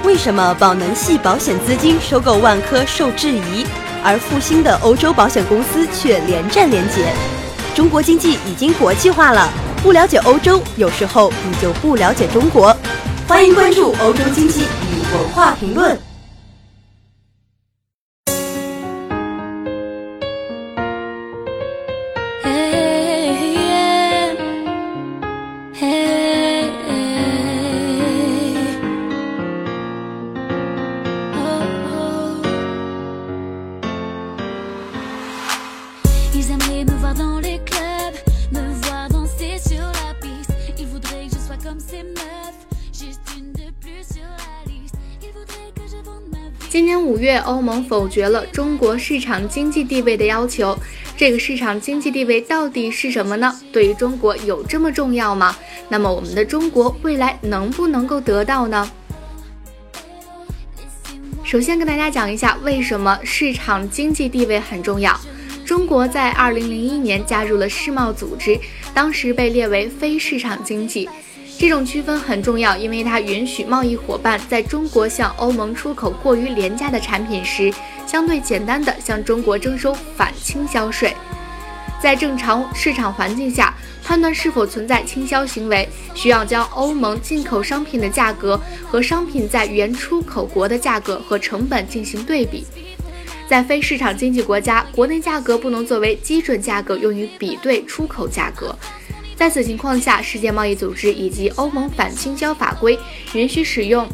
为什么宝能系保险资金收购万科受质疑，而复兴的欧洲保险公司却连战连捷？中国经济已经国际化了，不了解欧洲，有时候你就不了解中国。欢迎关注欧洲经济与文化评论。 今年5月，欧盟否决了中国市场经济地位的要求。这个市场经济地位到底是什么呢？对于中国有这么重要吗？那么我们的中国未来能不能够得到呢？首先跟大家讲一下为什么市场经济地位很重要。中国在2001年加入了世贸组织，当时被列为非市场经济。这种区分很重要，因为它允许贸易伙伴在中国向欧盟出口过于廉价的产品时，相对简单地向中国征收反倾销税。在正常市场环境下，判断是否存在倾销行为，需要将欧盟进口商品的价格和商品在原出口国的价格和成本进行对比。在非市场经济国家，国内价格不能作为基准价格用于比对出口价格。在此情况下，世界贸易组织以及欧盟反倾销法规允许使用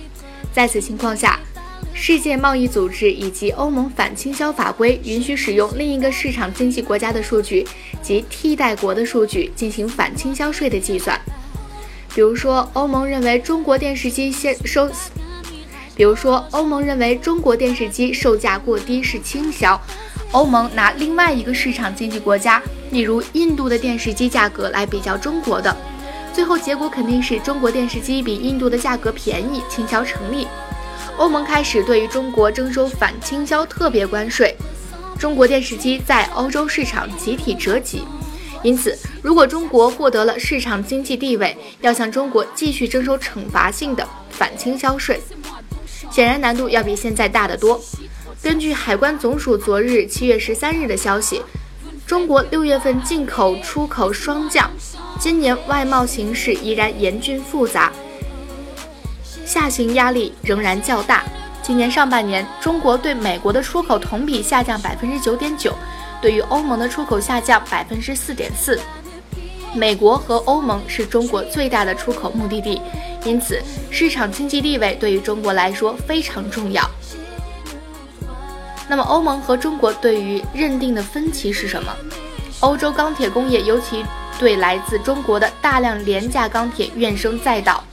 另一个市场经济国家的数据及替代国的数据进行反倾销税的计算。比如说，欧盟认为中国电视机售价过低是倾销，欧盟拿另外一个市场经济国家，例如印度的电视机价格来比较中国的，最后结果肯定是中国电视机比印度的价格便宜，倾销成立。欧盟开始对于中国征收反倾销特别关税，中国电视机在欧洲市场集体折戟。因此，如果中国获得了市场经济地位，要向中国继续征收惩罚性的反倾销税，显然难度要比现在大得多。根据海关总署昨日7月13日的消息，中国6月份进口出口双降，今年外贸形势依然严峻复杂，下行压力仍然较大。今年上半年，中国对美国的出口同比下降 9.9%， 对于欧盟的出口下降 4.4%。美国和欧盟是中国最大的出口目的地，因此市场经济地位对于中国来说非常重要。那么欧盟和中国对于认定的分歧是什么？欧洲钢铁工业尤其对来自中国的大量廉价钢铁怨声载道。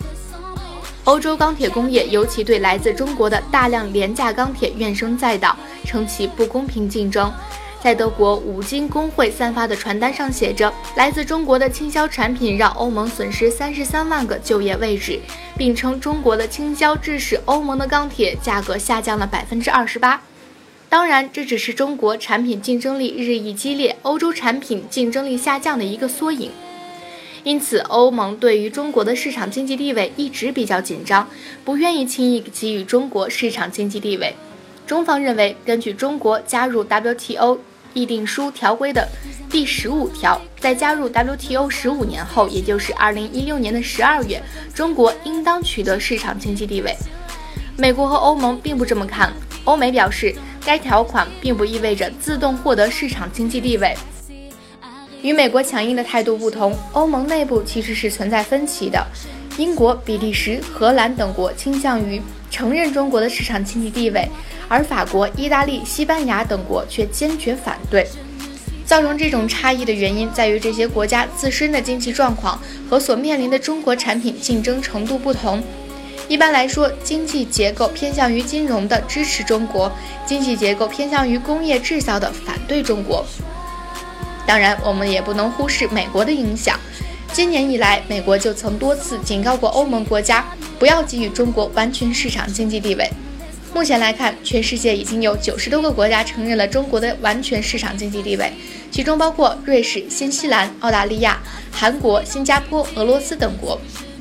称其不公平竞争。在德国五金工会散发的传单上写着，来自中国的倾销产品让欧盟损失33万个就业位置，并称中国的倾销致使欧盟的钢铁价格下降了 28%。当然，这只是中国产品竞争力日益激烈，欧洲产品竞争力下降的一个缩影。因此，欧盟对于中国的市场经济地位一直比较紧张，不愿意轻易给予中国市场经济地位。中方认为，根据中国加入 WTO 议定书条规的第15条，在加入 WTO 15年后，也就是2016年的12月，中国应当取得市场经济地位。美国和欧盟并不这么看，欧美表示，该条款并不意味着自动获得市场经济地位。与美国强硬的态度不同，欧盟内部其实是存在分歧的。英国、比利时、荷兰等国倾向于承认中国的市场经济地位，而法国、意大利、西班牙等国却坚决反对。造成这种差异的原因在于这些国家自身的经济状况和所面临的中国产品竞争程度不同。一般来说，经济结构偏向于金融的支持中国，经济结构偏向于工业制造的反对中国。当然，我们也不能忽视美国的影响。今年以来，美国就曾多次警告过欧盟国家，不要给予中国完全市场经济地位。目前来看，全世界已经有90多个国家承认了中国的完全市场经济地位，其中包括瑞士、新西兰、澳大利亚、韩国、新加坡、俄罗斯等国。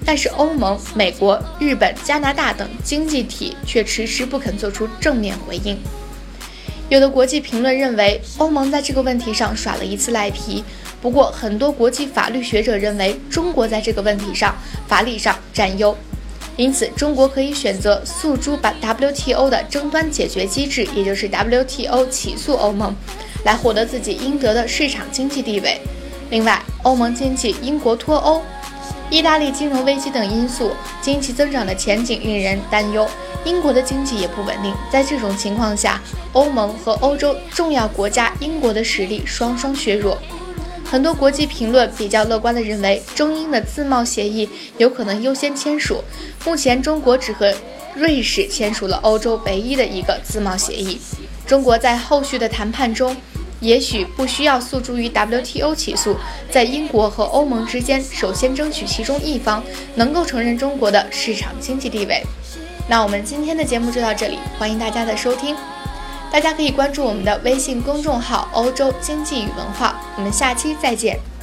但是欧盟、美国、日本、加拿大等经济体却迟迟不肯做出正面回应。有的国际评论认为，欧盟在这个问题上耍了一次赖皮。不过，很多国际法律学者认为，中国在这个问题上法理上占优，因此中国可以选择诉诸WTO 的争端解决机制，也就是 WTO 起诉欧盟，来获得自己应得的市场经济地位。另外，欧盟经济英国脱欧、意大利金融危机等因素，经济增长的前景令人担忧。英国的经济也不稳定，在这种情况下，欧盟和欧洲重要国家英国的实力双双削弱。很多国际评论比较乐观地认为，中英的自贸协议有可能优先签署。目前，中国只和瑞士签署了欧洲唯一的一个自贸协议。中国在后续的谈判中，也许不需要诉诸于 WTO 起诉，在英国和欧盟之间，首先争取其中一方能够承认中国的市场经济地位。那我们今天的节目就到这里，欢迎大家的收听。大家可以关注我们的微信公众号欧洲经济与文化，我们下期再见。